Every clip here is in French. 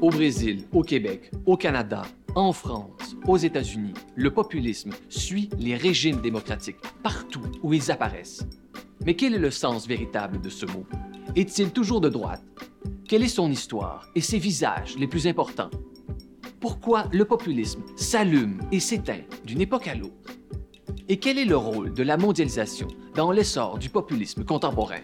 Au Brésil, au Québec, au Canada, en France, aux États-Unis, le populisme suit les régimes démocratiques partout où ils apparaissent. Mais quel est le sens véritable de ce mot? Est-il toujours de droite? Quelle est son histoire et ses visages les plus importants? Pourquoi le populisme s'allume et s'éteint d'une époque à l'autre? Et quel est le rôle de la mondialisation dans l'essor du populisme contemporain?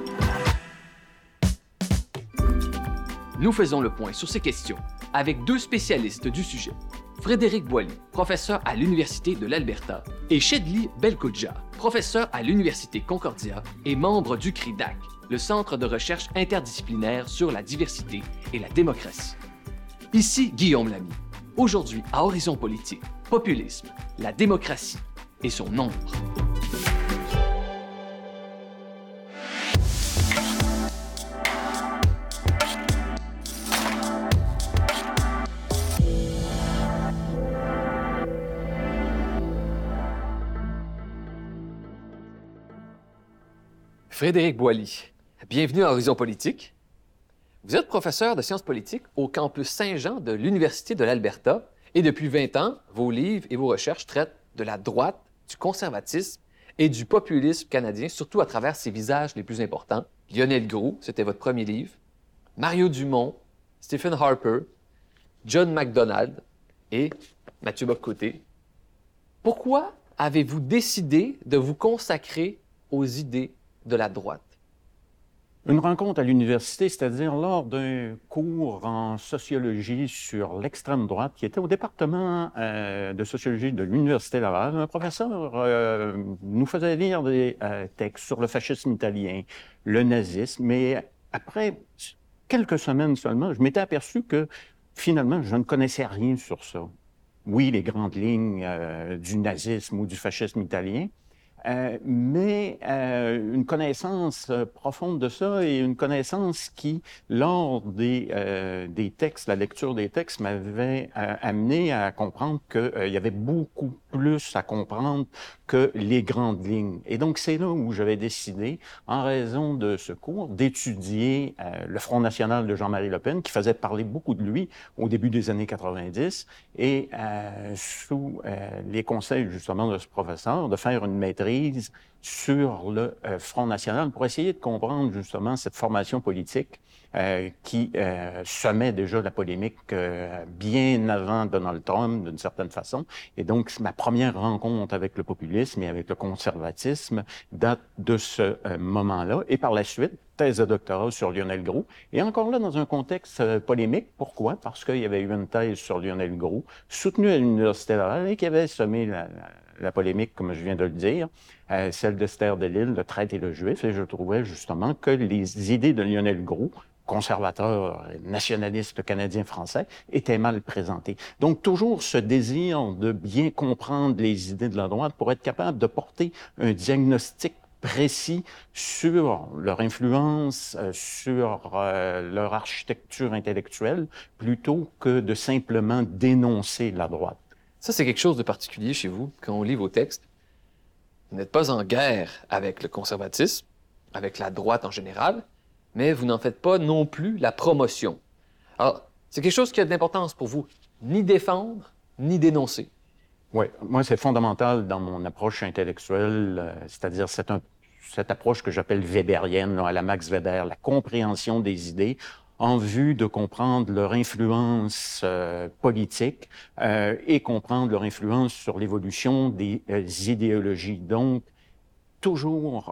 Nous faisons le point sur ces questions avec deux spécialistes du sujet. Frédéric Boily, professeur à l'Université de l'Alberta, et Shedly Belkhodja, professeur à l'Université Concordia et membre du CRIDAC, le Centre de recherche interdisciplinaire sur la diversité et la démocratie. Ici Guillaume Lamy. Aujourd'hui, à Horizon Politique, populisme, la démocratie et son ombre. Frédéric Boily, bienvenue à Horizon Politique. Vous êtes professeur de sciences politiques au campus Saint-Jean de l'Université de l'Alberta et depuis 20 ans, vos livres et vos recherches traitent de la droite, du conservatisme et du populisme canadien, surtout à travers ses visages les plus importants. Lionel Groulx, c'était votre premier livre, Mario Dumont, Stephen Harper, John MacDonald et Mathieu Bock-Côté. Pourquoi avez-vous décidé de vous consacrer aux idées de la droite? Une rencontre à l'université, c'est-à-dire lors d'un cours en sociologie sur l'extrême droite qui était au département de sociologie de l'Université Laval. Un professeur nous faisait lire des textes sur le fascisme italien, le nazisme, mais après quelques semaines seulement, je m'étais aperçu que finalement, je ne connaissais rien sur ça. Oui, les grandes lignes du nazisme ou du fascisme italien, mais une connaissance profonde de ça et une connaissance qui, lors des textes, la lecture des textes, m'avait amené à comprendre qu'il y avait beaucoup plus à comprendre que les grandes lignes. Et donc, c'est là où j'avais décidé, en raison de ce cours, d'étudier le Front national de Jean-Marie Le Pen, qui faisait parler beaucoup de lui au début des années 90, et sous les conseils, justement, de ce professeur, de faire une maîtrise sur le Front national pour essayer de comprendre, justement, cette formation politique qui semait déjà la polémique bien avant Donald Trump, d'une certaine façon. Et donc, ma première rencontre avec le populisme et avec le conservatisme date de ce moment-là. Et par la suite, thèse de doctorat sur Lionel Groulx. Et encore là, dans un contexte polémique. Pourquoi? Parce qu'il y avait eu une thèse sur Lionel Groulx, soutenue à l'Université Laval et qui avait semé la polémique, comme je viens de le dire, celle d'Esther Delisle, le traître et le juif. Et je trouvais justement que les idées de Lionel Groulx, conservateur, nationaliste canadien-français, était mal présenté. Donc, toujours ce désir de bien comprendre les idées de la droite pour être capable de porter un diagnostic précis sur leur influence, sur leur architecture intellectuelle, plutôt que de simplement dénoncer la droite. Ça, c'est quelque chose de particulier chez vous, quand on lit vos textes. Vous n'êtes pas en guerre avec le conservatisme, avec la droite en général, mais vous n'en faites pas non plus la promotion. Alors, c'est quelque chose qui a de l'importance pour vous, ni défendre, ni dénoncer. Oui, moi, c'est fondamental dans mon approche intellectuelle, c'est-à-dire cette approche que j'appelle weberienne, là, à la Max Weber, la compréhension des idées en vue de comprendre leur influence politique et comprendre leur influence sur l'évolution des idéologies. Donc, toujours,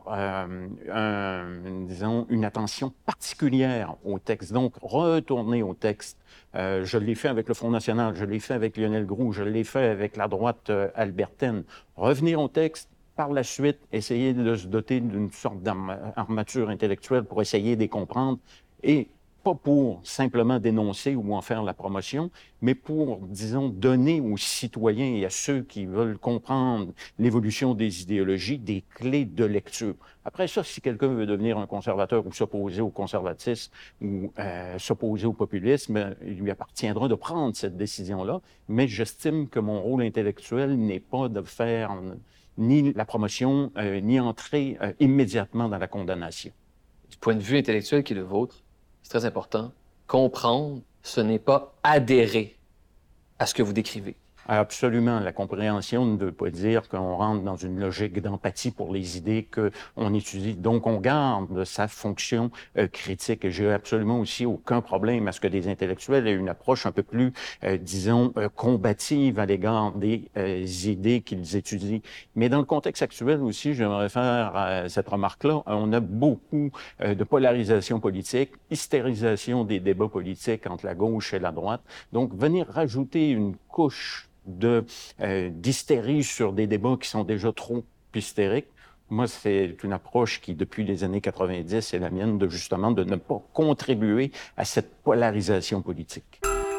disons, une attention particulière au texte. Donc, retourner au texte. Je l'ai fait avec le Front national, je l'ai fait avec Lionel Groulx, je l'ai fait avec la droite albertaine. Revenir au texte, par la suite, essayer de se doter d'une sorte d'armature intellectuelle pour essayer de les comprendre et pas pour simplement dénoncer ou en faire la promotion, mais pour, disons, donner aux citoyens et à ceux qui veulent comprendre l'évolution des idéologies des clés de lecture. Après ça, si quelqu'un veut devenir un conservateur ou s'opposer au conservatisme ou s'opposer au populisme, il lui appartiendra de prendre cette décision-là, mais j'estime que mon rôle intellectuel n'est pas de faire ni la promotion, ni entrer immédiatement dans la condamnation. Du point de vue intellectuel qui est le vôtre, c'est très important. Comprendre, ce n'est pas adhérer à ce que vous décrivez. Absolument. La compréhension ne veut pas dire qu'on rentre dans une logique d'empathie pour les idées qu'on étudie. Donc, on garde sa fonction critique. Et j'ai absolument aussi aucun problème à ce que des intellectuels aient une approche un peu plus, disons, combative à l'égard des idées qu'ils étudient. Mais dans le contexte actuel aussi, j'aimerais faire cette remarque-là. On a beaucoup de polarisation politique, hystérisation des débats politiques entre la gauche et la droite. Donc, venir rajouter une couche d'hystérie sur des débats qui sont déjà trop hystériques. Moi, c'est une approche qui, depuis les années 90, est la mienne, justement, de ne pas contribuer à cette polarisation politique.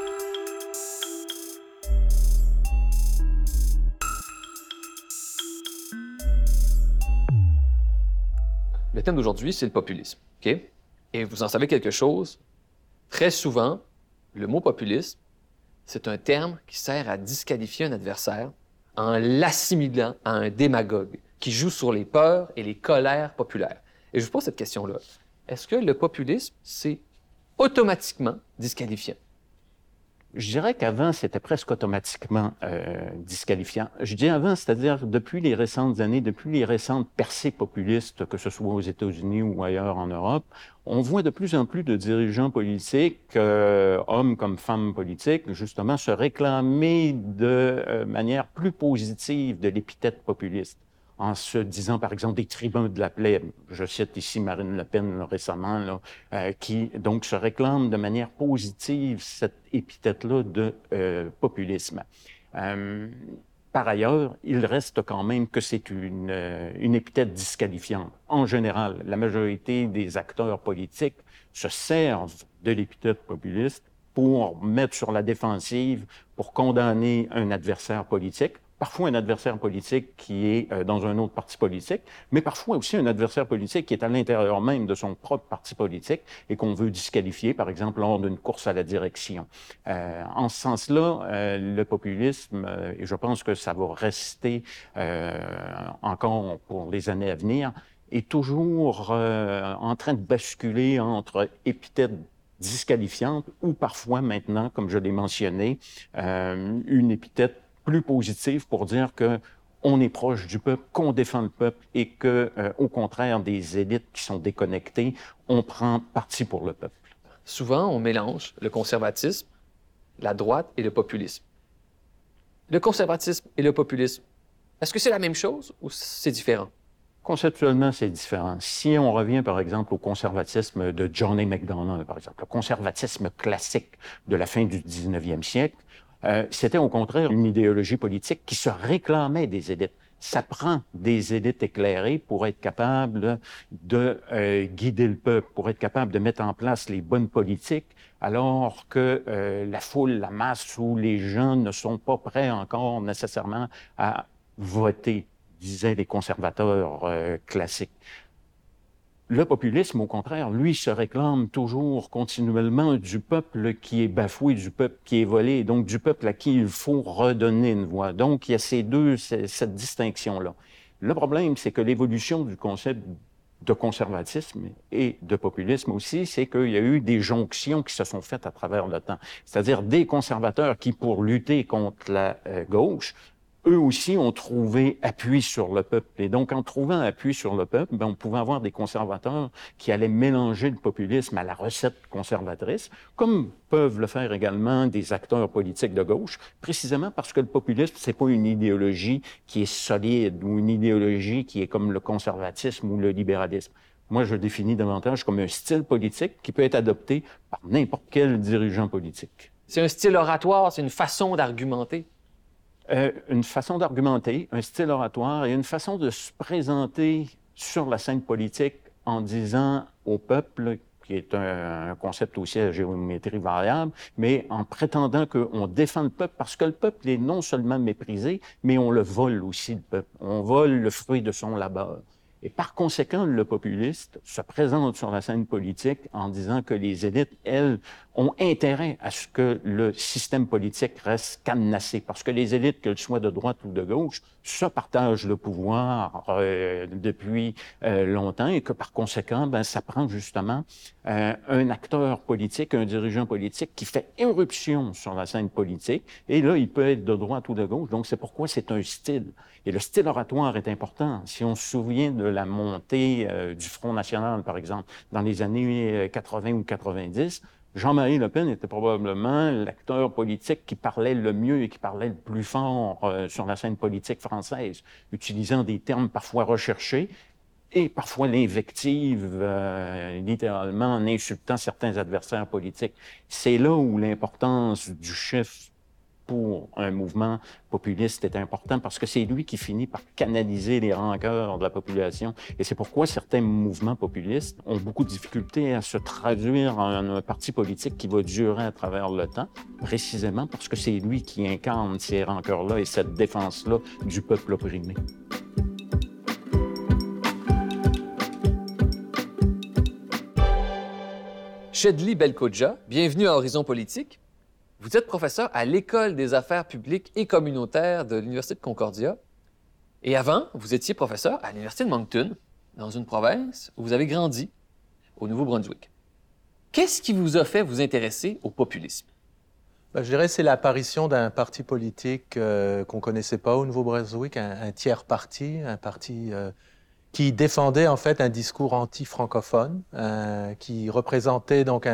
Le thème d'aujourd'hui, c'est le populisme. OK? Et vous en savez quelque chose? Très souvent, le mot populisme, c'est un terme qui sert à disqualifier un adversaire en l'assimilant à un démagogue qui joue sur les peurs et les colères populaires. Et je vous pose cette question-là. Est-ce que le populisme, c'est automatiquement disqualifiant? Je dirais qu'avant, c'était presque automatiquement disqualifiant. Je dis avant, c'est-à-dire depuis les récentes années, depuis les récentes percées populistes, que ce soit aux États-Unis ou ailleurs en Europe, on voit de plus en plus de dirigeants politiques, hommes comme femmes politiques, justement, se réclamer de manière plus positive de l'épithète populiste, en se disant, par exemple, des tribuns de la plaie. Je cite ici Marine Le Pen récemment, là, qui donc se réclame de manière positive cette épithète-là de populisme. Par ailleurs, il reste quand même que c'est une épithète disqualifiante. En général, la majorité des acteurs politiques se servent de l'épithète populiste pour mettre sur la défensive, pour condamner un adversaire politique. Parfois un adversaire politique qui est dans un autre parti politique, mais parfois aussi un adversaire politique qui est à l'intérieur même de son propre parti politique et qu'on veut disqualifier, par exemple, lors d'une course à la direction. En ce sens-là, le populisme, et je pense que ça va rester encore pour les années à venir, est toujours en train de basculer entre épithètes disqualifiantes ou parfois maintenant, comme je l'ai mentionné, une épithète plus positive pour dire que on est proche du peuple, qu'on défend le peuple et que, au contraire des élites qui sont déconnectées, on prend parti pour le peuple. Souvent, on mélange le conservatisme, la droite et le populisme. Le conservatisme et le populisme, est-ce que c'est la même chose ou c'est différent? Conceptuellement, c'est différent. Si on revient, par exemple, au conservatisme de John A. Macdonald, par exemple, le conservatisme classique de la fin du 19e siècle, c'était au contraire une idéologie politique qui se réclamait des élites. Ça prend des élites éclairées pour être capable de guider le peuple, pour être capable de mettre en place les bonnes politiques, alors que la foule, la masse ou les gens ne sont pas prêts encore nécessairement à voter, disaient les conservateurs classiques. Le populisme, au contraire, lui, se réclame toujours continuellement du peuple qui est bafoué, du peuple qui est volé, et donc du peuple à qui il faut redonner une voix. Donc, il y a cette distinction-là. Le problème, c'est que l'évolution du concept de conservatisme et de populisme aussi, c'est qu'il y a eu des jonctions qui se sont faites à travers le temps. C'est-à-dire des conservateurs qui, pour lutter contre la gauche, eux aussi ont trouvé appui sur le peuple. Et donc, en trouvant appui sur le peuple, on pouvait avoir des conservateurs qui allaient mélanger le populisme à la recette conservatrice, comme peuvent le faire également des acteurs politiques de gauche, précisément parce que le populisme, c'est pas une idéologie qui est solide ou une idéologie qui est comme le conservatisme ou le libéralisme. Moi, je le définis davantage comme un style politique qui peut être adopté par n'importe quel dirigeant politique. C'est un style oratoire, c'est une façon d'argumenter. Une façon d'argumenter, un style oratoire et une façon de se présenter sur la scène politique en disant au peuple, qui est un concept aussi à géométrie variable, mais en prétendant qu'on défend le peuple parce que le peuple est non seulement méprisé, mais on le vole aussi, le peuple. On vole le fruit de son labeur. Et par conséquent, le populiste se présente sur la scène politique en disant que les élites, elles, ont intérêt à ce que le système politique reste cadenassé. Parce que les élites, qu'elles soient de droite ou de gauche, se partagent le pouvoir depuis longtemps et que par conséquent, ça prend justement un acteur politique, un dirigeant politique qui fait éruption sur la scène politique. Et là, il peut être de droite ou de gauche. Donc, c'est pourquoi c'est un style. Et le style oratoire est important. Si on se souvient de la montée du Front national, par exemple, dans les années 80 ou 90, Jean-Marie Le Pen était probablement l'acteur politique qui parlait le mieux et qui parlait le plus fort sur la scène politique française, utilisant des termes parfois recherchés et parfois l'invective, littéralement en insultant certains adversaires politiques. C'est là où l'importance du chef pour un mouvement populiste est important parce que c'est lui qui finit par canaliser les rancœurs de la population. Et c'est pourquoi certains mouvements populistes ont beaucoup de difficultés à se traduire en un parti politique qui va durer à travers le temps, précisément parce que c'est lui qui incarne ces rancœurs-là et cette défense-là du peuple opprimé. Chedly Belkhodja, bienvenue à Horizon Politique. Vous êtes professeur à l'École des affaires publiques et communautaires de l'Université de Concordia. Et avant, vous étiez professeur à l'Université de Moncton, dans une province où vous avez grandi, au Nouveau-Brunswick. Qu'est-ce qui vous a fait vous intéresser au populisme? Je dirais que c'est l'apparition d'un parti politique qu'on ne connaissait pas au Nouveau-Brunswick, un tiers parti, un parti qui défendait en fait un discours anti-francophone, qui représentait donc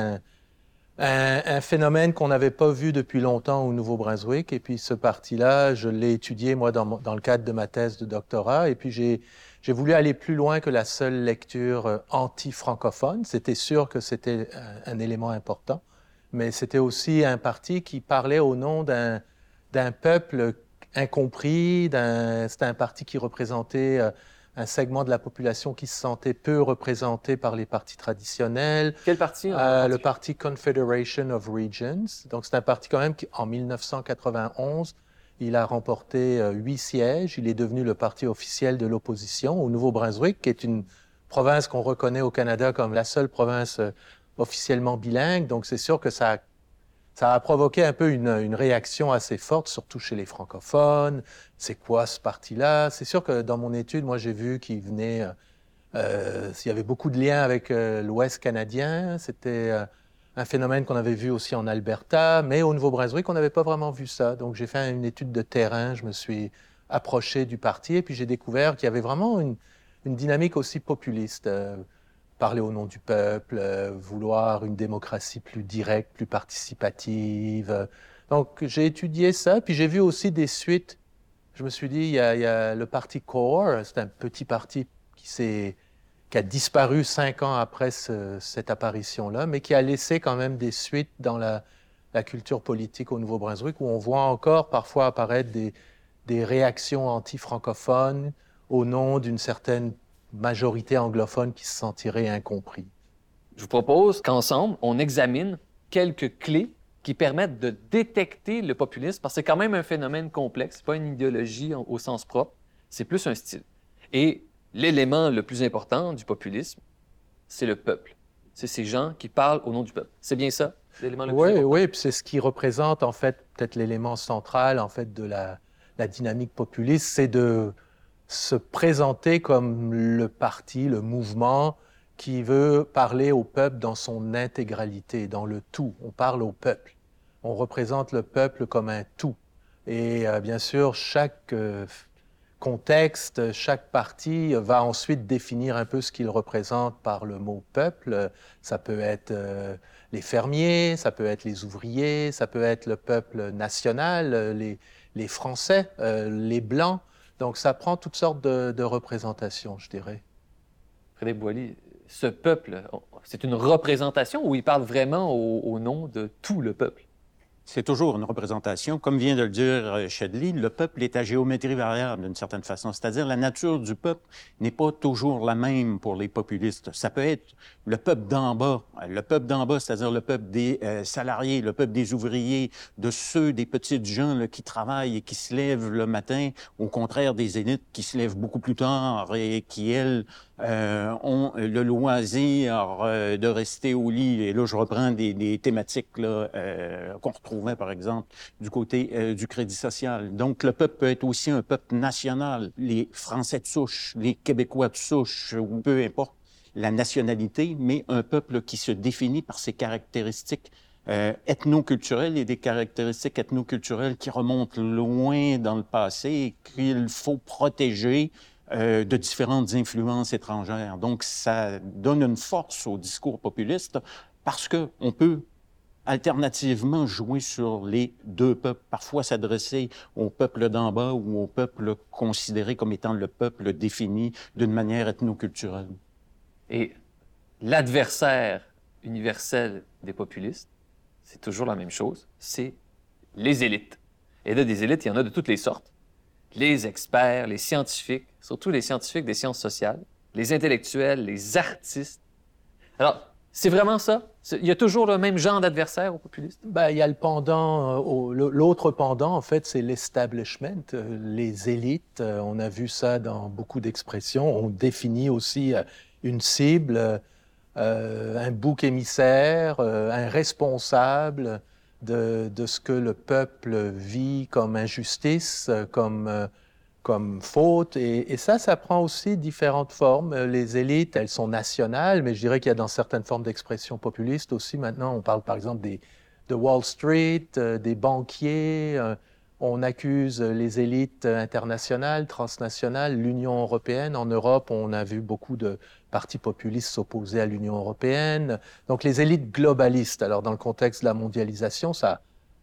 un phénomène qu'on n'avait pas vu depuis longtemps au Nouveau-Brunswick. Et puis ce parti-là, je l'ai étudié moi dans le cadre de ma thèse de doctorat. Et puis j'ai voulu aller plus loin que la seule lecture anti-francophone. C'était sûr que c'était un élément important, mais c'était aussi un parti qui parlait au nom d'un peuple incompris. C'était un parti qui représentait un segment de la population qui se sentait peu représenté par les partis traditionnels. Quel parti? Le parti Confederation of Regions. Donc, c'est un parti quand même qui, en 1991, il a remporté 8 sièges. Il est devenu le parti officiel de l'opposition au Nouveau-Brunswick, qui est une province qu'on reconnaît au Canada comme la seule province officiellement bilingue. Donc, c'est sûr que ça a provoqué un peu une réaction assez forte, surtout chez les francophones. C'est quoi ce parti-là? C'est sûr que dans mon étude, moi, j'ai vu qu'il venait... il y avait beaucoup de liens avec l'Ouest canadien. C'était un phénomène qu'on avait vu aussi en Alberta, mais au Nouveau-Brunswick, on n'avait pas vraiment vu ça. Donc, j'ai fait une étude de terrain, je me suis approché du parti, et puis j'ai découvert qu'il y avait vraiment une dynamique aussi populiste. Parler au nom du peuple, vouloir une démocratie plus directe, plus participative. Donc, j'ai étudié ça, puis j'ai vu aussi des suites. Je me suis dit, il y a le parti CORE, c'est un petit parti qui a disparu 5 ans après cette apparition-là, mais qui a laissé quand même des suites dans la culture politique au Nouveau-Brunswick, où on voit encore parfois apparaître des réactions anti-francophones au nom d'une certaine majorité anglophone qui se sentirait incompris. Je vous propose qu'ensemble, on examine quelques clés qui permettent de détecter le populisme, parce que c'est quand même un phénomène complexe, c'est pas une idéologie au sens propre, c'est plus un style. Et l'élément le plus important du populisme, c'est le peuple. C'est ces gens qui parlent au nom du peuple. C'est bien ça, l'élément le plus important? Oui, puis c'est ce qui représente en fait peut-être l'élément central en fait de la dynamique populiste, c'est de se présenter comme le parti, le mouvement qui veut parler au peuple dans son intégralité, dans le tout. On parle au peuple. On représente le peuple comme un tout. Et bien sûr, chaque contexte, chaque parti va ensuite définir un peu ce qu'il représente par le mot peuple. Ça peut être les fermiers, ça peut être les ouvriers, ça peut être le peuple national, les Français, les Blancs. Donc, ça prend toutes sortes de représentations, je dirais. Frédéric Boily, ce peuple, c'est une représentation ou il parle vraiment au nom de tout le peuple? C'est toujours une représentation. Comme vient de le dire Shedley, le peuple est à géométrie variable d'une certaine façon. C'est-à-dire la nature du peuple n'est pas toujours la même pour les populistes. Ça peut être le peuple d'en bas, c'est-à-dire le peuple des salariés, le peuple des ouvriers, de ceux des petites gens là, qui travaillent et qui se lèvent le matin, au contraire des élites qui se lèvent beaucoup plus tard et qui, elles, ont le loisir de rester au lit. Et là, je reprends des thématiques là, qu'on retrouvait, par exemple, du côté du crédit social. Donc, le peuple peut être aussi un peuple national. Les Français de souche, les Québécois de souche, ou peu importe la nationalité, mais un peuple qui se définit par ses caractéristiques ethno-culturelles et des caractéristiques ethno-culturelles qui remontent loin dans le passé et qu'il faut protéger de différentes influences étrangères. Donc, ça donne une force au discours populiste parce qu'on peut alternativement jouer sur les deux peuples, parfois s'adresser au peuple d'en bas ou au peuple considéré comme étant le peuple défini d'une manière ethno-culturelle. Et l'adversaire universel des populistes, c'est toujours la même chose, c'est les élites. Et là, des élites, il y en a de toutes les sortes. Les experts, les scientifiques, surtout les scientifiques des sciences sociales, les intellectuels, les artistes. Alors, c'est vraiment ça? Il y a toujours le même genre d'adversaire aux populistes? Ben, il y a le pendant, l'autre pendant, en fait, c'est l'establishment, les élites. On a vu ça dans beaucoup d'expressions. On définit aussi une cible, un bouc émissaire, un responsable de ce que le peuple vit comme injustice, comme faute. Et ça prend aussi différentes formes. Les élites, elles sont nationales, mais je dirais qu'il y a dans certaines formes d'expression populiste aussi. Maintenant, on parle par exemple de Wall Street, des banquiers. On accuse les élites internationales, transnationales, l'Union européenne. En Europe, on a vu beaucoup de partis populistes s'opposer à l'Union européenne. Donc les élites globalistes. Alors dans le contexte de la mondialisation, ça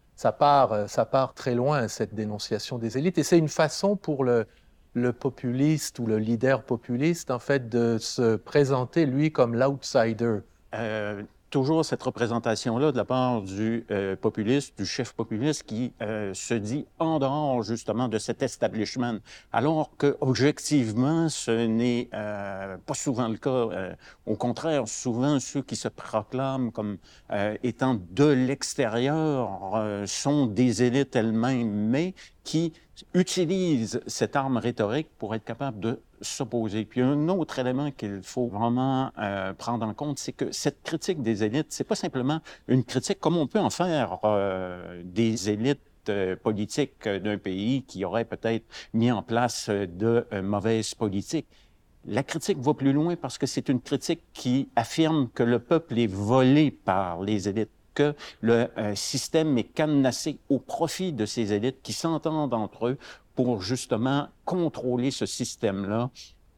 part très loin, cette dénonciation des élites. Et c'est une façon pour le populiste ou le leader populiste, en fait, de se présenter, lui, comme l'outsider. Toujours cette représentation-là de la part du populiste, du chef populiste qui se dit en dehors justement de cet establishment, alors que objectivement ce n'est pas souvent le cas. Au contraire, souvent ceux qui se proclament comme étant de l'extérieur sont des élites elles-mêmes, mais qui utilisent cette arme rhétorique pour être capable de s'opposer. Puis un autre élément qu'il faut vraiment prendre en compte, c'est que cette critique des élites, c'est pas simplement une critique comme on peut en faire des élites politiques d'un pays qui aurait peut-être mis en place de mauvaises politiques. La critique va plus loin parce que c'est une critique qui affirme que le peuple est volé par les élites, que le système est cadenassé au profit de ces élites qui s'entendent entre eux pour justement contrôler ce système-là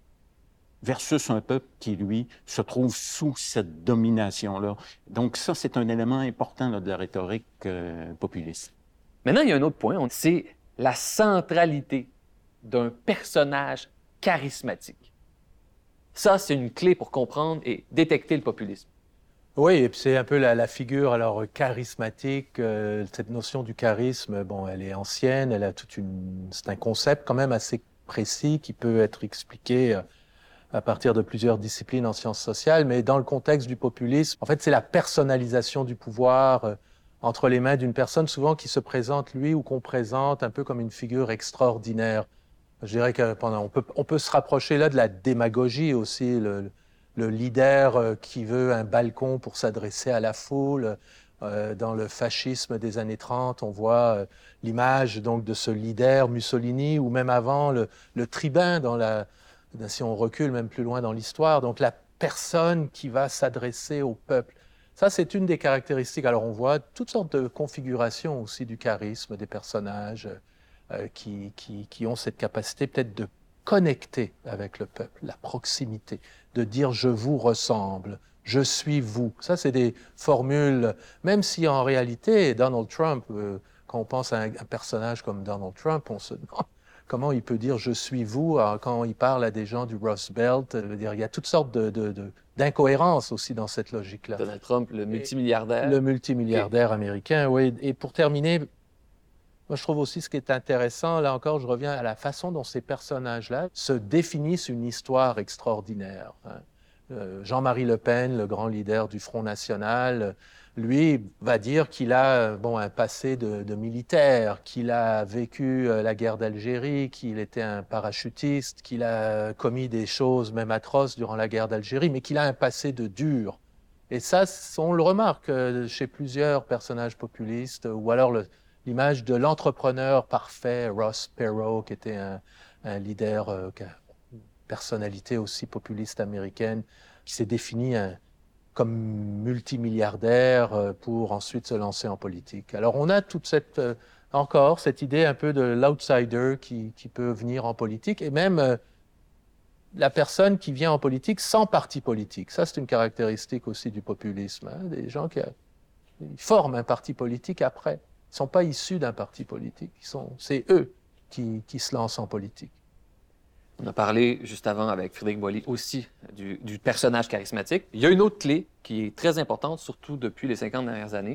versus un peuple qui, lui, se trouve sous cette domination-là. Donc ça, c'est un élément important là, de la rhétorique populiste. Maintenant, il y a un autre point, c'est la centralité d'un personnage charismatique. Ça, c'est une clé pour comprendre et détecter le populisme. Oui, et puis c'est un peu la figure alors charismatique. Cette notion du charisme, bon, elle est ancienne, elle a c'est un concept quand même assez précis qui peut être expliqué à partir de plusieurs disciplines en sciences sociales, mais dans le contexte du populisme, en fait, c'est la personnalisation du pouvoir entre les mains d'une personne souvent qui se présente, lui, ou qu'on présente un peu comme une figure extraordinaire. Je dirais on peut se rapprocher là de la démagogie aussi, le leader qui veut un balcon pour s'adresser à la foule. Dans le fascisme des années 30, on voit l'image donc de ce leader Mussolini, ou même avant le tribun si on recule même plus loin dans l'histoire. Donc la personne qui va s'adresser au peuple. Ça, c'est une des caractéristiques. Alors on voit toutes sortes de configurations aussi du charisme des personnages qui ont cette capacité peut-être de connecter avec le peuple, la proximité, de dire « je vous ressemble », « je suis vous ». Ça, c'est des formules, même si en réalité, Donald Trump, quand on pense à un personnage comme Donald Trump, on se demande comment il peut dire « je suis vous » quand il parle à des gens du Rust Belt? Il y a toutes sortes d'incohérences aussi dans cette logique-là. Donald Trump, le multimilliardaire. Le multimilliardaire américain, oui. Et pour terminer, moi je trouve aussi ce qui est intéressant, là encore je reviens à la façon dont ces personnages-là se définissent une histoire extraordinaire. Jean-Marie Le Pen, le grand leader du Front National, lui va dire qu'il a un passé de militaire, qu'il a vécu la guerre d'Algérie, qu'il était un parachutiste, qu'il a commis des choses même atroces durant la guerre d'Algérie, mais qu'il a un passé de dur. Et ça, on le remarque chez plusieurs personnages populistes, ou alors l'image de l'entrepreneur parfait, Ross Perot, qui était un leader, une personnalité aussi populiste américaine, qui s'est défini comme multimilliardaire pour ensuite se lancer en politique. Alors on a toute cette idée un peu de l'outsider qui peut venir en politique, et même la personne qui vient en politique sans parti politique. Ça, c'est une caractéristique aussi du populisme. Des gens qui forment un parti politique après. Ils ne sont pas issus d'un parti politique. C'est eux qui se lancent en politique. On a parlé juste avant avec Frédéric Boilly aussi du personnage charismatique. Il y a une autre clé qui est très importante, surtout depuis les 50 dernières années.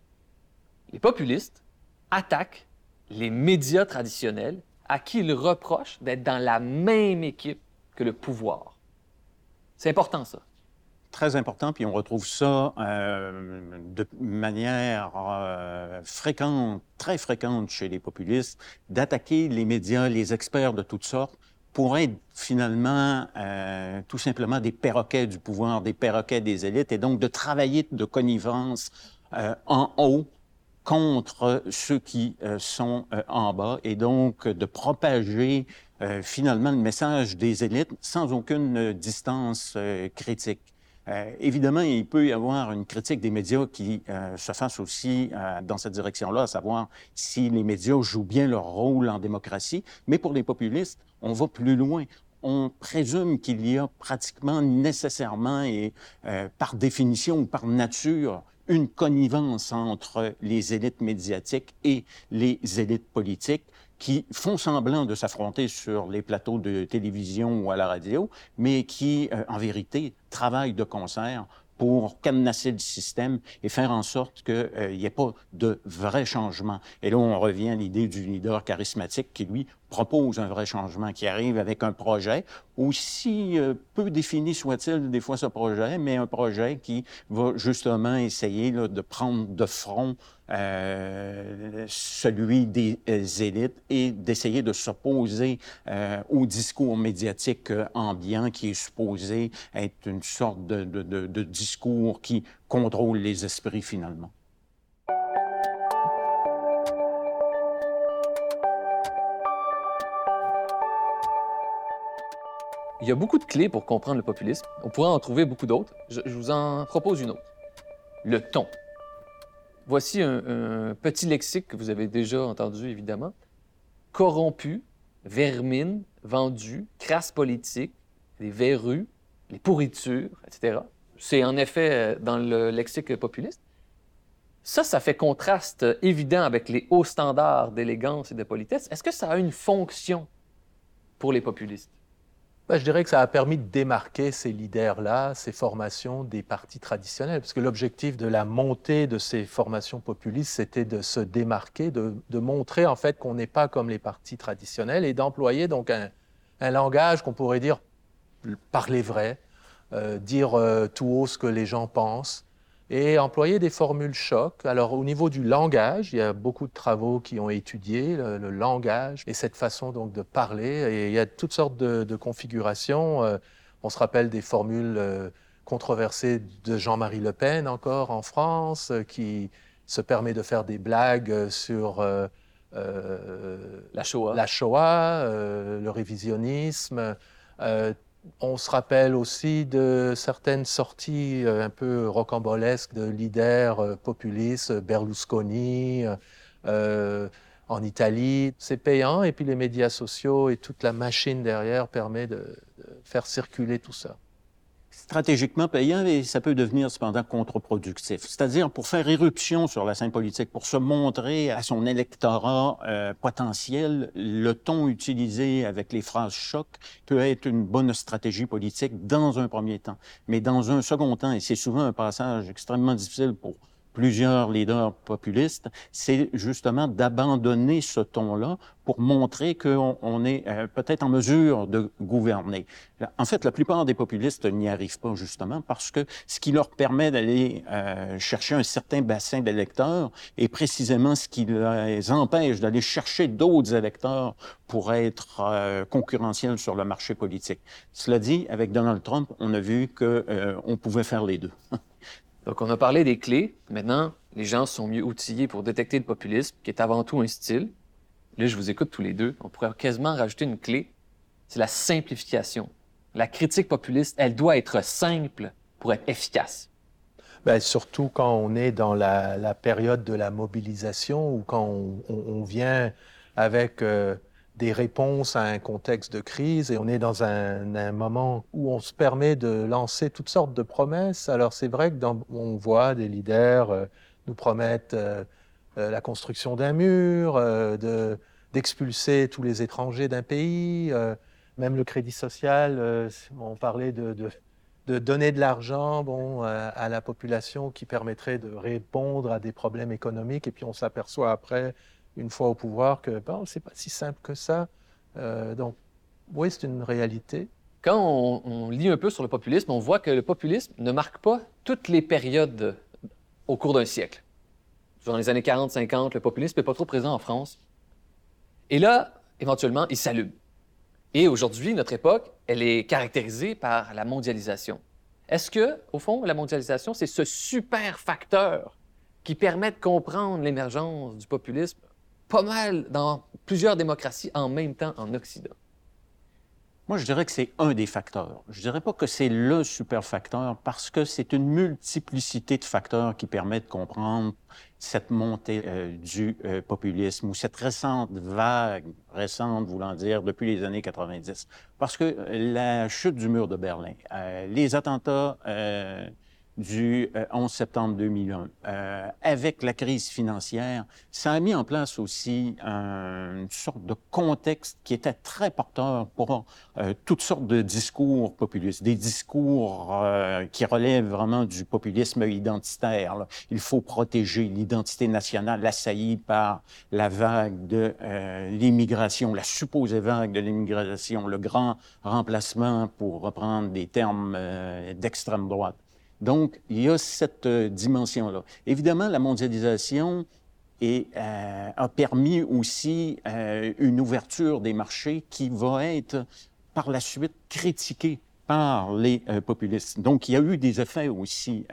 Les populistes attaquent les médias traditionnels à qui ils reprochent d'être dans la même équipe que le pouvoir. C'est important, ça. Très important, puis on retrouve ça de manière fréquente, très fréquente chez les populistes, d'attaquer les médias, les experts de toutes sortes, pour être finalement tout simplement des perroquets du pouvoir, des perroquets des élites, et donc de travailler de connivence en haut contre ceux qui sont en bas, et donc de propager finalement le message des élites sans aucune distance critique. Évidemment, il peut y avoir une critique des médias qui se fasse aussi dans cette direction-là, à savoir si les médias jouent bien leur rôle en démocratie. Mais pour les populistes, on va plus loin. On présume qu'il y a pratiquement nécessairement et par définition ou par nature une connivence entre les élites médiatiques et les élites politiques qui font semblant de s'affronter sur les plateaux de télévision ou à la radio, mais qui, en vérité, travaillent de concert pour cadenasser le système et faire en sorte qu'il n'y ait pas de vrai changement. Et là, on revient à l'idée du leader charismatique qui, lui, propose un vrai changement, qui arrive avec un projet, aussi peu défini soit-il des fois ce projet, mais un projet qui va justement essayer là, de prendre de front celui des élites et d'essayer de s'opposer au discours médiatique ambiant qui est supposé être une sorte de discours qui contrôle les esprits finalement. Il y a beaucoup de clés pour comprendre le populisme. On pourrait en trouver beaucoup d'autres. Je vous en propose une autre. Le ton. Voici un petit lexique que vous avez déjà entendu, évidemment. Corrompu, vermine, vendu, crasse politique, les verrues, les pourritures, etc. C'est en effet dans le lexique populiste. Ça fait contraste évident avec les hauts standards d'élégance et de politesse. Est-ce que ça a une fonction pour les populistes? Je dirais que ça a permis de démarquer ces leaders-là, ces formations des partis traditionnels, parce que l'objectif de la montée de ces formations populistes, c'était de se démarquer, de montrer en fait qu'on n'est pas comme les partis traditionnels et d'employer donc un langage qu'on pourrait dire parler vrai, dire tout haut ce que les gens pensent, et employer des formules choc. Alors, au niveau du langage, il y a beaucoup de travaux qui ont étudié le langage et cette façon donc de parler. Et il y a toutes sortes de configurations. On se rappelle des formules controversées de Jean-Marie Le Pen, encore en France, qui se permet de faire des blagues sur la Shoah, le révisionnisme. On se rappelle aussi de certaines sorties un peu rocambolesques de leaders populistes, Berlusconi, en Italie. C'est payant, et puis les médias sociaux et toute la machine derrière permet de faire circuler tout ça. stratégiquement payant et ça peut devenir cependant contre-productif. C'est-à-dire pour faire éruption sur la scène politique, pour se montrer à son électorat potentiel, le ton utilisé avec les phrases choc peut être une bonne stratégie politique dans un premier temps. Mais dans un second temps, et c'est souvent un passage extrêmement difficile pour plusieurs leaders populistes, c'est justement d'abandonner ce ton-là pour montrer qu'on est peut-être en mesure de gouverner. En fait, la plupart des populistes n'y arrivent pas justement parce que ce qui leur permet d'aller chercher un certain bassin d'électeurs est précisément ce qui les empêche d'aller chercher d'autres électeurs pour être concurrentiels sur le marché politique. Cela dit, avec Donald Trump, on a vu qu'on pouvait faire les deux. Donc, on a parlé des clés. Maintenant, les gens sont mieux outillés pour détecter le populisme, qui est avant tout un style. Là, je vous écoute tous les deux. On pourrait quasiment rajouter une clé. C'est la simplification. La critique populiste, elle doit être simple pour être efficace. Bien, surtout quand on est dans la période de la mobilisation ou quand on vient avec des réponses à un contexte de crise et on est dans un moment où on se permet de lancer toutes sortes de promesses. Alors c'est vrai que on voit des leaders nous promettent la construction d'un mur, d'expulser tous les étrangers d'un pays, même le crédit social, on parlait de donner de l'argent à la population qui permettrait de répondre à des problèmes économiques et puis on s'aperçoit après une fois au pouvoir que c'est pas si simple que ça. Donc, oui, c'est une réalité. Quand on lit un peu sur le populisme, on voit que le populisme ne marque pas toutes les périodes au cours d'un siècle. Dans les années 40-50, le populisme n'est pas trop présent en France. Et là, éventuellement, il s'allume. Et aujourd'hui, notre époque, elle est caractérisée par la mondialisation. Est-ce que, au fond, la mondialisation, c'est ce super facteur qui permet de comprendre l'émergence du populisme pas mal dans plusieurs démocraties en même temps en Occident? Moi, je dirais que c'est un des facteurs. Je dirais pas que c'est le super facteur parce que c'est une multiplicité de facteurs qui permettent de comprendre cette montée du populisme ou cette récente voulant dire depuis les années 90. Parce que la chute du mur de Berlin, les attentats du 11 septembre 2001, avec la crise financière, ça a mis en place aussi une sorte de contexte qui était très porteur pour toutes sortes de discours populistes, des discours qui relèvent vraiment du populisme identitaire, là. Il faut protéger l'identité nationale assaillie par la vague de l'immigration, la supposée vague de l'immigration, le grand remplacement, pour reprendre des termes d'extrême droite. Donc, il y a cette dimension-là. Évidemment, la mondialisation a permis aussi une ouverture des marchés qui va être par la suite critiquée par les populistes. Donc, il y a eu des effets aussi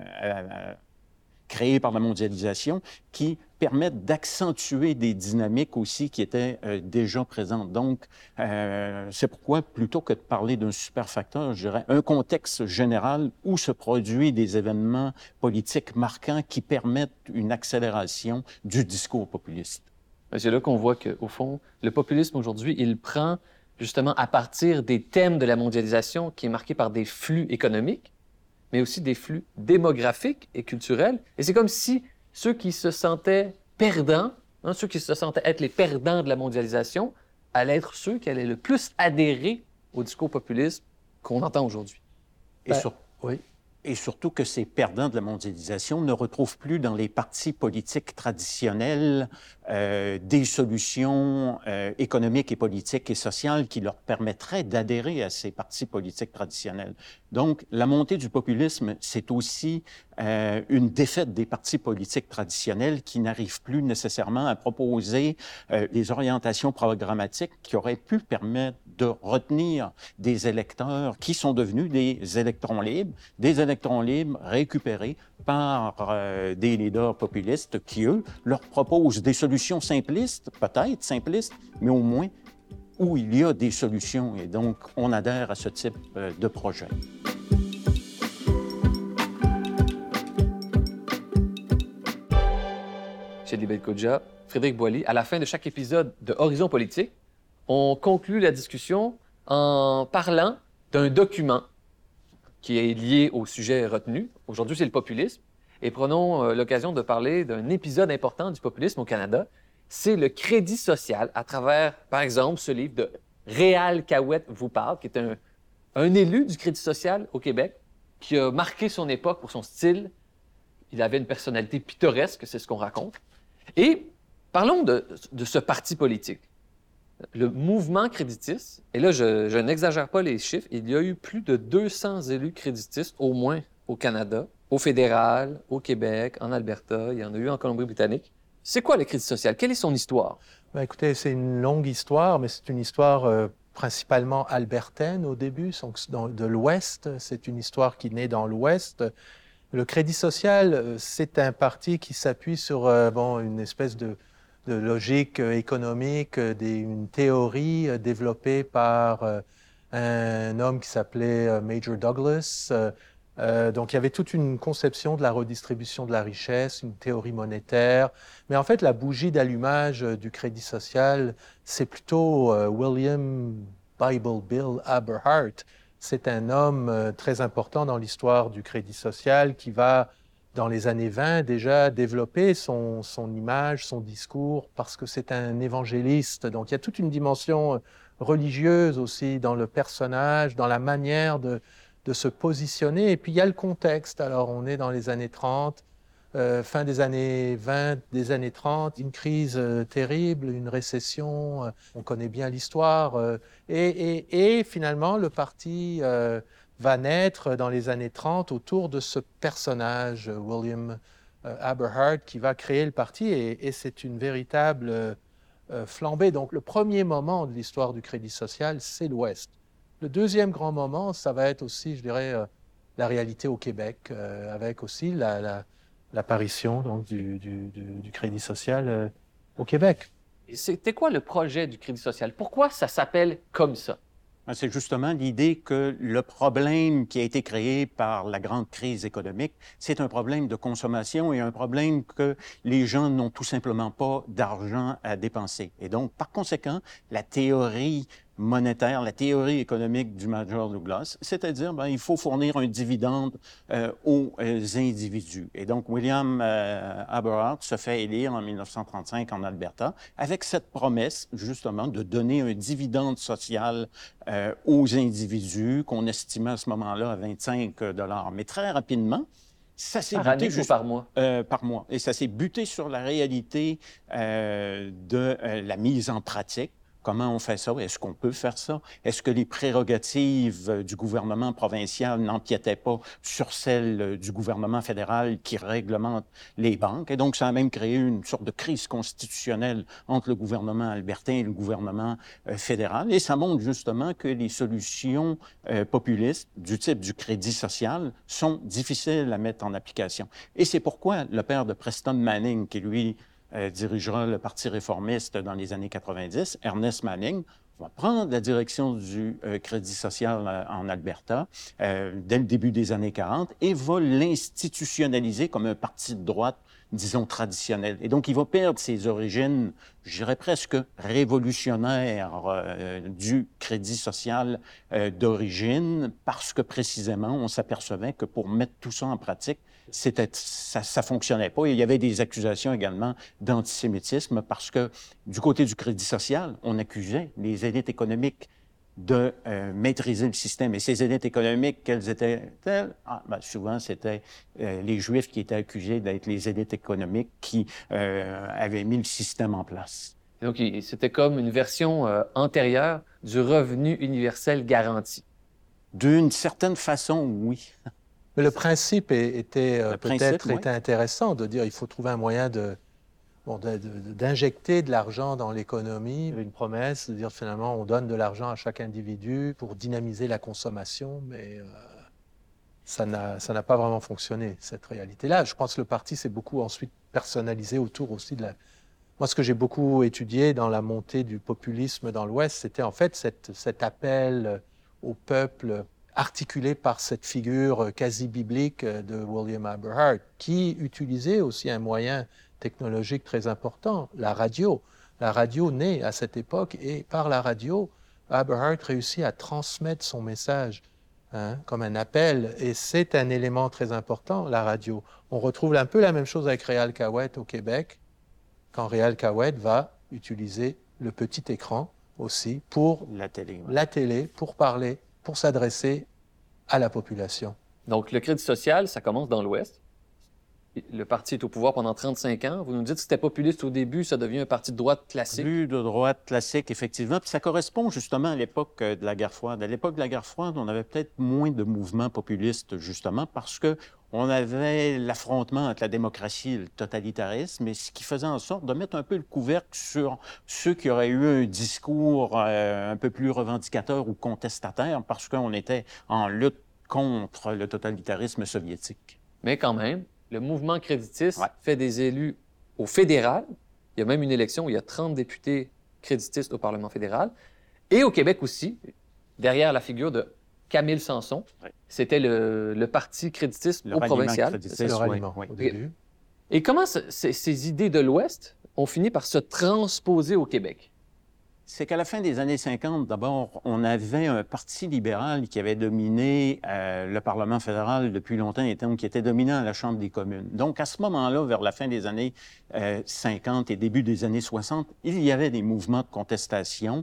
créés par la mondialisation qui permettent d'accentuer des dynamiques aussi qui étaient déjà présentes. Donc, c'est pourquoi, plutôt que de parler d'un super facteur, je dirais un contexte général où se produisent des événements politiques marquants qui permettent une accélération du discours populiste. C'est là qu'on voit qu'au fond, le populisme aujourd'hui, il prend justement à partir des thèmes de la mondialisation qui est marqué par des flux économiques, mais aussi des flux démographiques et culturels. Et c'est comme si ceux qui se sentaient perdants, ceux qui se sentaient être les perdants de la mondialisation, allaient être ceux qui allaient le plus adhérer au discours populiste qu'on entend aujourd'hui. Oui. Et surtout que ces perdants de la mondialisation ne retrouvent plus dans les partis politiques traditionnels des solutions économiques et politiques et sociales qui leur permettraient d'adhérer à ces partis politiques traditionnels. Donc, la montée du populisme, c'est aussi une défaite des partis politiques traditionnels qui n'arrivent plus nécessairement à proposer des orientations programmatiques qui auraient pu permettre de retenir des électeurs qui sont devenus des électrons libres récupérés par des leaders populistes qui, eux, leur proposent des solutions simplistes, peut-être simplistes, mais au moins où il y a des solutions. Et donc, on adhère à ce type de projet. Chez Kodja, Frédéric Boily, à la fin de chaque épisode de Horizon politique, on conclut la discussion en parlant d'un document qui est lié au sujet retenu. Aujourd'hui, c'est le populisme. Et prenons l'occasion de parler d'un épisode important du populisme au Canada. C'est le crédit social à travers, par exemple, ce livre de Réal Cahouette vous parle, qui est un élu du crédit social au Québec, qui a marqué son époque pour son style. Il avait une personnalité pittoresque, c'est ce qu'on raconte. Et parlons de ce parti politique. Le mouvement créditiste, et là, je n'exagère pas les chiffres, il y a eu plus de 200 élus créditistes, au moins au Canada, au fédéral, au Québec, en Alberta, il y en a eu en Colombie-Britannique. C'est quoi le crédit social? Quelle est son histoire? Ben, écoutez, c'est une longue histoire, mais c'est une histoire principalement albertaine au début, donc de l'Ouest. C'est une histoire qui naît dans l'Ouest. Le Crédit social, c'est un parti qui s'appuie sur une espèce de logique économique, une théorie développée par un homme qui s'appelait Major Douglas. Donc, il y avait toute une conception de la redistribution de la richesse, une théorie monétaire. Mais en fait, la bougie d'allumage du crédit social, c'est plutôt William Bible Bill Aberhart. C'est un homme très important dans l'histoire du crédit social qui va, dans les années 20, déjà développer son image, son discours, parce que c'est un évangéliste. Donc, il y a toute une dimension religieuse aussi dans le personnage, dans la manière de se positionner. Et puis, il y a le contexte. Alors, on est dans les années 30, fin des années 20, des années 30, une crise terrible, une récession, on connaît bien l'histoire. Et finalement, le parti va naître dans les années 30 autour de ce personnage, William Aberhart, qui va créer le parti. Et c'est une véritable flambée. Donc, le premier moment de l'histoire du crédit social, c'est l'Ouest. Le deuxième grand moment, ça va être aussi, je dirais, la réalité au Québec, avec aussi l'apparition donc, du crédit social au Québec. Et c'était quoi le projet du crédit social? Pourquoi ça s'appelle comme ça? C'est justement l'idée que le problème qui a été créé par la grande crise économique, c'est un problème de consommation et un problème que les gens n'ont tout simplement pas d'argent à dépenser. Et donc, par conséquent, la théorie monétaire, la théorie économique du Major Douglas, c'est-à-dire il faut fournir un dividende aux individus. Et donc, William Aberhart se fait élire en 1935 en Alberta avec cette promesse, justement, de donner un dividende social aux individus qu'on estimait à ce moment-là à 25 $. Mais très rapidement, ça s'est buté buté juste par mois? Par mois. Et ça s'est buté sur la réalité de la mise en pratique. Comment on fait ça? Est-ce qu'on peut faire ça? Est-ce que les prérogatives du gouvernement provincial n'empiétaient pas sur celles du gouvernement fédéral qui réglemente les banques? Et donc, ça a même créé une sorte de crise constitutionnelle entre le gouvernement albertain et le gouvernement fédéral. Et ça montre justement que les solutions populistes du type du crédit social sont difficiles à mettre en application. Et c'est pourquoi le père de Preston Manning, qui lui dirigera le Parti réformiste dans les années 90, Ernest Manning, va prendre la direction du Crédit social en Alberta dès le début des années 40 et va l'institutionnaliser comme un parti de droite, disons, traditionnel. Et donc, il va perdre ses origines, je dirais presque révolutionnaires du crédit social d'origine parce que, précisément, on s'apercevait que pour mettre tout ça en pratique, ça fonctionnait pas. Et il y avait des accusations également d'antisémitisme parce que du côté du crédit social, on accusait les élites économiques de maîtriser le système. Et ces élites économiques, quelles étaient-elles? Souvent, c'était les Juifs qui étaient accusés d'être les élites économiques qui avaient mis le système en place. Donc, c'était comme une version antérieure du revenu universel garanti. D'une certaine façon, oui. Mais le principe était peut-être intéressant de dire il faut trouver un moyen d'injecter de l'argent dans l'économie. Une promesse de dire finalement on donne de l'argent à chaque individu pour dynamiser la consommation, mais ça n'a pas vraiment fonctionné, cette réalité-là. Je pense que le parti s'est beaucoup ensuite personnalisé autour aussi de la... Moi, ce que j'ai beaucoup étudié dans la montée du populisme dans l'Ouest, c'était en fait cet appel au peuple articulé par cette figure quasi biblique de William Aberhart, qui utilisait aussi un moyen technologique très important, la radio. La radio naît à cette époque et par la radio, Aberhart réussit à transmettre son message comme un appel. Et c'est un élément très important, la radio. On retrouve un peu la même chose avec Réal Caouette au Québec, quand Réal Caouette va utiliser le petit écran aussi pour La télé. la télé, pour parler, pour s'adresser à la population. Donc, le Crédit social, ça commence dans l'Ouest. Le parti est au pouvoir pendant 35 ans. Vous nous dites que c'était populiste au début, ça devient un parti de droite classique. Plus de droite classique, effectivement. Puis ça correspond justement à l'époque de la guerre froide. À l'époque de la guerre froide, on avait peut-être moins de mouvements populistes, justement, parce que on avait l'affrontement entre la démocratie et le totalitarisme, et ce qui faisait en sorte de mettre un peu le couvercle sur ceux qui auraient eu un discours un peu plus revendicateur ou contestataire, parce qu'on était en lutte contre le totalitarisme soviétique. Mais quand même, le mouvement créditiste fait des élus au fédéral. Il y a même une élection où il y a 30 députés créditistes au Parlement fédéral. Et au Québec aussi, derrière la figure de Camille Sanson, c'était le parti créditiste au provincial. C'est le ralliement au début. Et comment ces idées de l'Ouest ont fini par se transposer au Québec? C'est qu'à la fin des années 50, d'abord, on avait un parti libéral qui avait dominé le Parlement fédéral depuis longtemps et qui était dominant à la Chambre des communes. Donc, à ce moment-là, vers la fin des années 50 et début des années 60, il y avait des mouvements de contestation.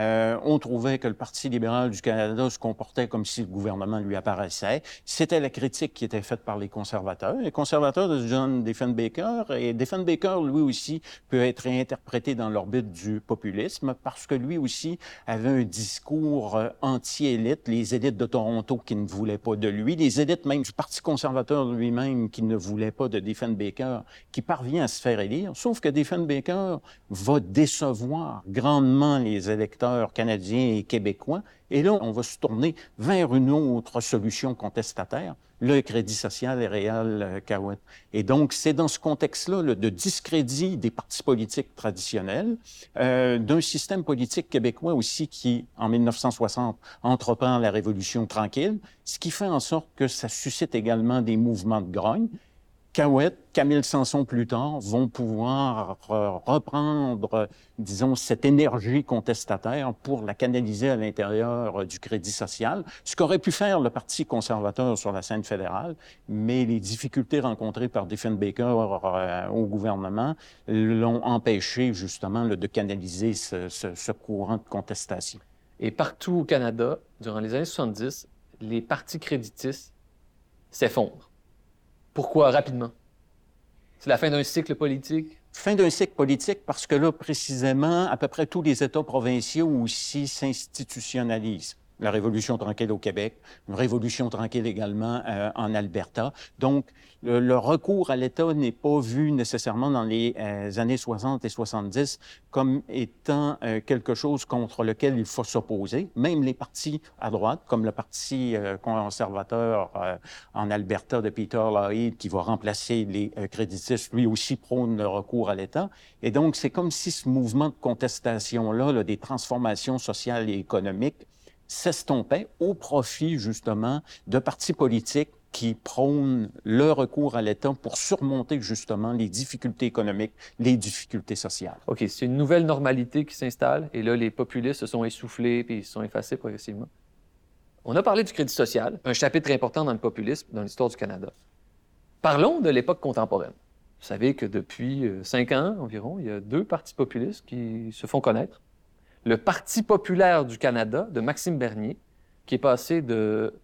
On trouvait que le Parti libéral du Canada se comportait comme si le gouvernement lui apparaissait. C'était la critique qui était faite par les conservateurs. Les conservateurs de John Diefenbaker, et Diefenbaker, lui aussi, peut être réinterprété dans l'orbite du populisme parce que lui aussi avait un discours anti-élite, les élites de Toronto qui ne voulaient pas de lui, les élites même du Parti conservateur lui-même qui ne voulaient pas de Diefenbaker, qui parvient à se faire élire, sauf que Diefenbaker va décevoir grandement les électeurs canadiens et québécois, et là, on va se tourner vers une autre solution contestataire, le Crédit social et Réal Caouette. Et donc, c'est dans ce contexte-là de discrédit des partis politiques traditionnels, d'un système politique québécois aussi qui, en 1960, entreprend la Révolution tranquille, ce qui fait en sorte que ça suscite également des mouvements de grogne. Caouette, Camille Sanson plus tard, vont pouvoir reprendre, disons, cette énergie contestataire pour la canaliser à l'intérieur du Crédit social, ce qu'aurait pu faire le Parti conservateur sur la scène fédérale, mais les difficultés rencontrées par Diefenbaker au gouvernement l'ont empêché, justement, de canaliser ce courant de contestation. Et partout au Canada, durant les années 70, les partis créditistes s'effondrent. Pourquoi? Rapidement. C'est la fin d'un cycle politique? Fin d'un cycle politique parce que là, précisément, à peu près tous les États provinciaux aussi s'institutionnalisent. La Révolution tranquille au Québec, une Révolution tranquille également en Alberta. Donc, le recours à l'État n'est pas vu nécessairement dans les années 60 et 70 comme étant quelque chose contre lequel il faut s'opposer. Même les partis à droite, comme le Parti conservateur en Alberta de Peter Lougheed, qui va remplacer les créditistes, lui aussi prône le recours à l'État. Et donc, c'est comme si ce mouvement de contestation-là, des transformations sociales et économiques, s'estompait au profit, justement, de partis politiques qui prônent le recours à l'État pour surmonter, justement, les difficultés économiques, les difficultés sociales. OK, c'est une nouvelle normalité qui s'installe, et là, les populistes se sont essoufflés puis ils se sont effacés progressivement. On a parlé du Crédit social, un chapitre important dans le populisme, dans l'histoire du Canada. Parlons de l'époque contemporaine. Vous savez que depuis 5 ans environ, il y a 2 partis populistes qui se font connaître. Le Parti populaire du Canada, de Maxime Bernier, qui est passé de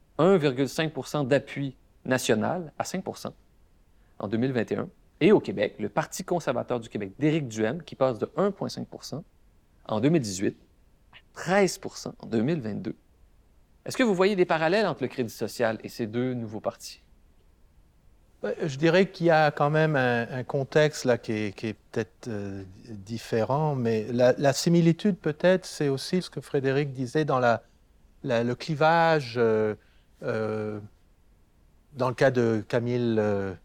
1,5 % d'appui national à 5 % en 2021. Et au Québec, le Parti conservateur du Québec d'Éric Duhaime, qui passe de 1,5 % en 2018 à 13 % en 2022. Est-ce que vous voyez des parallèles entre le Crédit social et ces 2 nouveaux partis? Je dirais qu'il y a quand même un contexte là qui est peut-être différent, mais la similitude peut-être, c'est aussi ce que Frédéric disait dans le clivage, dans le cas de Camille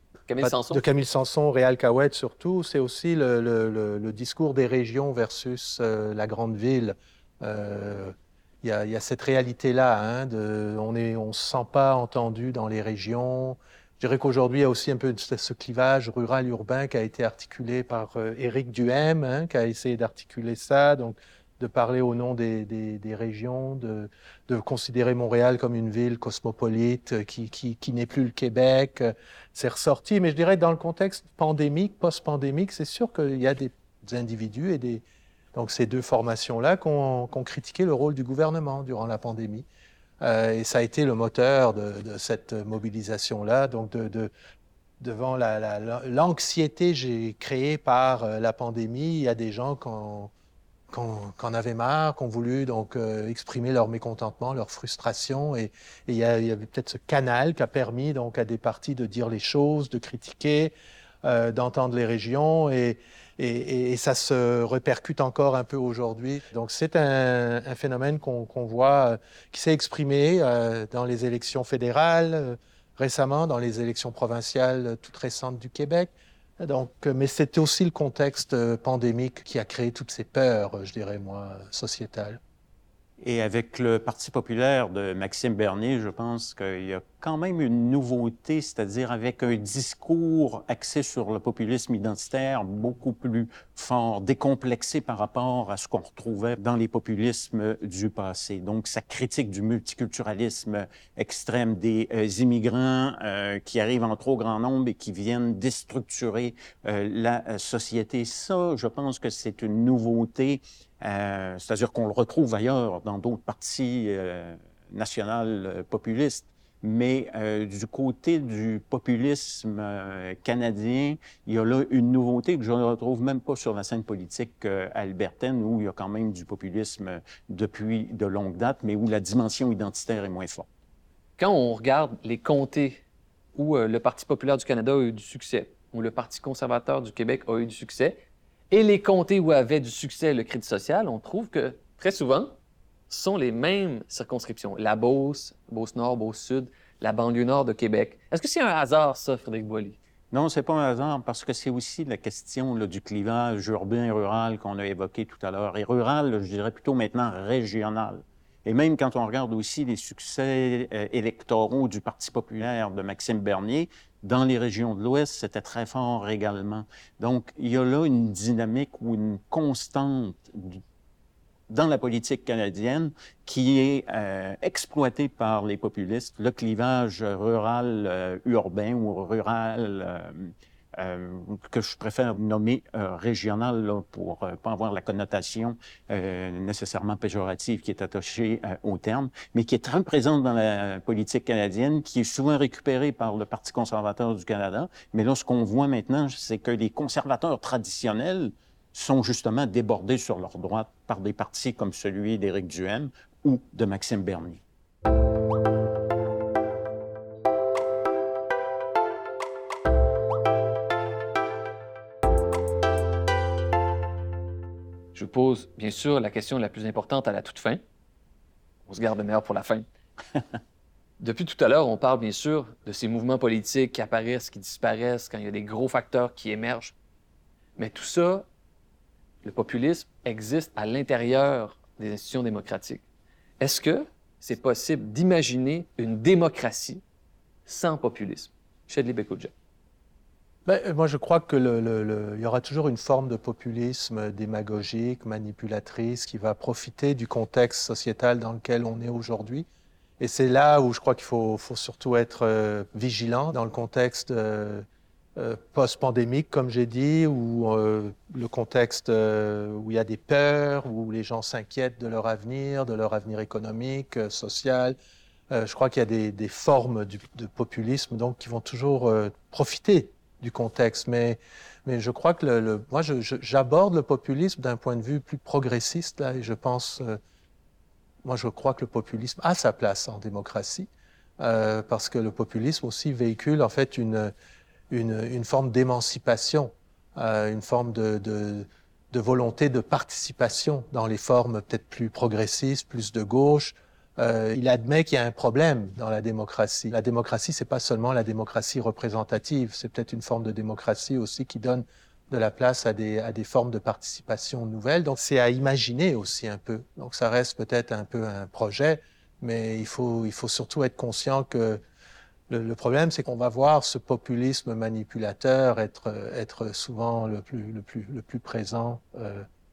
Sanson, Réal Caouette surtout, c'est aussi le discours des régions versus la grande ville. Il y a cette réalité-là, on ne se sent pas entendu dans les régions. Je dirais qu'aujourd'hui, il y a aussi un peu ce clivage rural-urbain qui a été articulé par Éric Duhaime, qui a essayé d'articuler ça. Donc, de parler au nom des régions, de considérer Montréal comme une ville cosmopolite qui n'est plus le Québec. C'est ressorti, mais je dirais dans le contexte pandémique, post-pandémique, c'est sûr qu'il y a des individus et donc ces deux formations-là qui ont critiqué le rôle du gouvernement durant la pandémie. Et ça a été le moteur de cette mobilisation-là, donc devant l'anxiété créée par la pandémie, il y a des gens qu'on avait marre, qu'on voulu donc exprimer leur mécontentement, leur frustration, et il y avait peut-être ce canal qui a permis donc à des partis de dire les choses, de critiquer, d'entendre les régions, et ça se répercute encore un peu aujourd'hui. Donc c'est un phénomène qu'on voit, qui s'est exprimé dans les élections fédérales, récemment dans les élections provinciales toutes récentes du Québec. Donc, mais c'était aussi le contexte pandémique qui a créé toutes ces peurs, je dirais moi, sociétales. Et avec le Parti populaire de Maxime Bernier, je pense qu'il y a quand même une nouveauté, c'est-à-dire avec un discours axé sur le populisme identitaire beaucoup plus fort, décomplexé par rapport à ce qu'on retrouvait dans les populismes du passé. Donc, sa critique du multiculturalisme extrême, des immigrants qui arrivent en trop grand nombre et qui viennent déstructurer la société. Ça, je pense que c'est une nouveauté. C'est-à-dire qu'on le retrouve ailleurs dans d'autres partis nationaux populistes, mais du côté du populisme canadien, il y a là une nouveauté que je ne retrouve même pas sur la scène politique albertaine, où il y a quand même du populisme depuis de longue date, mais où la dimension identitaire est moins forte. Quand on regarde les comtés où le Parti populaire du Canada a eu du succès, où le Parti conservateur du Québec a eu du succès, et les comtés où avait du succès le Crédit social, on trouve que très souvent, ce sont les mêmes circonscriptions. La Beauce, Beauce-Nord, Beauce-Sud, la banlieue nord de Québec. Est-ce que c'est un hasard, ça, Frédéric Boily? Non, c'est pas un hasard, parce que c'est aussi la question là, du clivage urbain et rural qu'on a évoqué tout à l'heure. Et rural, je dirais plutôt maintenant régional. Et même quand on regarde aussi les succès électoraux du Parti populaire de Maxime Bernier, dans les régions de l'Ouest, c'était très fort également. Donc, il y a là une dynamique ou une constante dans la politique canadienne qui est exploitée par les populistes, le clivage rural-urbain ou rural que je préfère nommer régional là, pour pas avoir la connotation nécessairement péjorative qui est attachée au terme, mais qui est très présente dans la politique canadienne, qui est souvent récupérée par le Parti conservateur du Canada. Mais là, ce qu'on voit maintenant, c'est que les conservateurs traditionnels sont justement débordés sur leur droite par des partis comme celui d'Éric Duhaime ou de Maxime Bernier. Je vous pose, bien sûr, la question la plus importante à la toute fin. On se garde le meilleur pour la fin. Depuis tout à l'heure, on parle bien sûr de ces mouvements politiques qui apparaissent, qui disparaissent, quand il y a des gros facteurs qui émergent. Mais tout ça, le populisme existe à l'intérieur des institutions démocratiques. Est-ce que c'est possible d'imaginer une démocratie sans populisme? Chedley Beckoja. Moi, je crois que il y aura toujours une forme de populisme démagogique, manipulatrice, qui va profiter du contexte sociétal dans lequel on est aujourd'hui. Et c'est là où je crois qu'il faut surtout être vigilant dans le contexte post-pandémique, comme j'ai dit, où le contexte où il y a des peurs, où les gens s'inquiètent de leur avenir économique, social. Je crois qu'il y a des formes de populisme donc, qui vont toujours profiter du contexte. Mais je crois que moi, j'aborde le populisme d'un point de vue plus progressiste, là, et je pense... moi, je crois que le populisme a sa place en démocratie, parce que le populisme aussi véhicule, en fait, une forme d'émancipation, une forme de volonté de participation dans les formes peut-être plus progressistes, plus de gauche. Il admet qu'il y a un problème dans la démocratie. La démocratie, c'est pas seulement la démocratie représentative, c'est peut-être une forme de démocratie aussi qui donne de la place à des formes de participation nouvelles. Donc, c'est à imaginer aussi un peu. Donc, ça reste peut-être un peu un projet, mais il faut surtout être conscient que le problème, c'est qu'on va voir ce populisme manipulateur être souvent le plus présent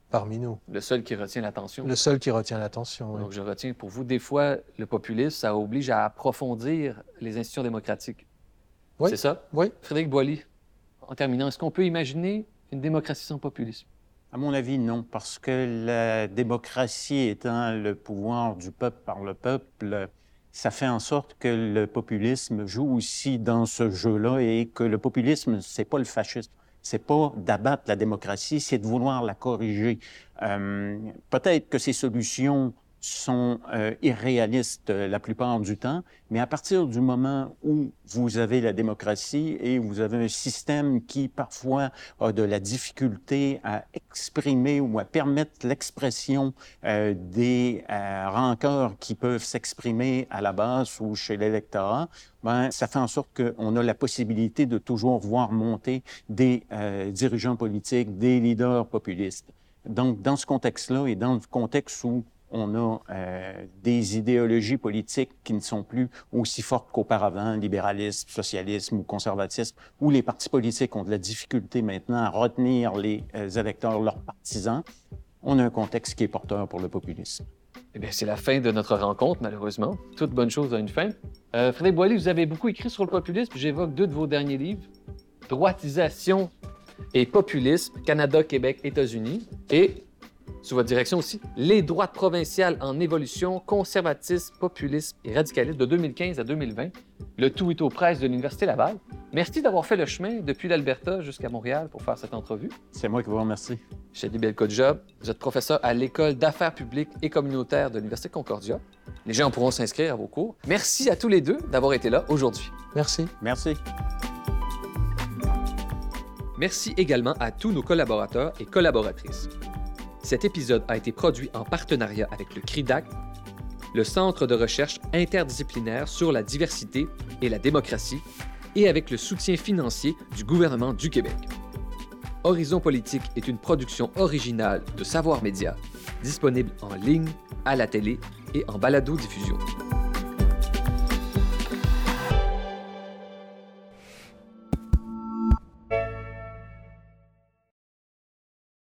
parmi nous. Le seul qui retient l'attention. Le seul qui retient l'attention, oui. Donc, je retiens pour vous, des fois, le populisme, ça oblige à approfondir les institutions démocratiques. Oui. C'est ça? Oui. Frédéric Boily, en terminant, est-ce qu'on peut imaginer une démocratie sans populisme? À mon avis, non, parce que la démocratie étant le pouvoir du peuple par le peuple, ça fait en sorte que le populisme joue aussi dans ce jeu-là et que le populisme, c'est pas le fascisme. C'est pas d'abattre la démocratie, c'est de vouloir la corriger. Peut-être que ces solutions sont irréalistes la plupart du temps, mais à partir du moment où vous avez la démocratie et vous avez un système qui parfois a de la difficulté à exprimer ou à permettre l'expression des rancœurs qui peuvent s'exprimer à la base ou chez l'électorat, ben, ça fait en sorte qu'on a la possibilité de toujours voir monter des dirigeants politiques, des leaders populistes. Donc, dans ce contexte-là et dans le contexte où on a des idéologies politiques qui ne sont plus aussi fortes qu'auparavant, libéralisme, socialisme ou conservatisme, où les partis politiques ont de la difficulté maintenant à retenir les électeurs, leurs partisans, on a un contexte qui est porteur pour le populisme. Eh bien, c'est la fin de notre rencontre, malheureusement. Toute bonne chose a une fin. Frédéric Boily, vous avez beaucoup écrit sur le populisme. J'évoque 2 de vos derniers livres. Droitisation et populisme, Canada, Québec, États-Unis. Et, sous votre direction aussi, Les droites provinciales en évolution, conservatisme, populisme et radicalisme de 2015 à 2020. Le tout est aux presses de l'Université Laval. Merci d'avoir fait le chemin depuis l'Alberta jusqu'à Montréal pour faire cette entrevue. C'est moi qui vous remercie. Shadi Belkodja, vous êtes professeur à l'École d'affaires publiques et communautaires de l'Université Concordia. Les gens pourront s'inscrire à vos cours. Merci à tous les deux d'avoir été là aujourd'hui. Merci. Merci. Merci également à tous nos collaborateurs et collaboratrices. Cet épisode a été produit en partenariat avec le CRIDAC, le Centre de recherche interdisciplinaire sur la diversité et la démocratie, et avec le soutien financier du gouvernement du Québec. Horizon Politique est une production originale de Savoir Média, disponible en ligne, à la télé et en balado-diffusion.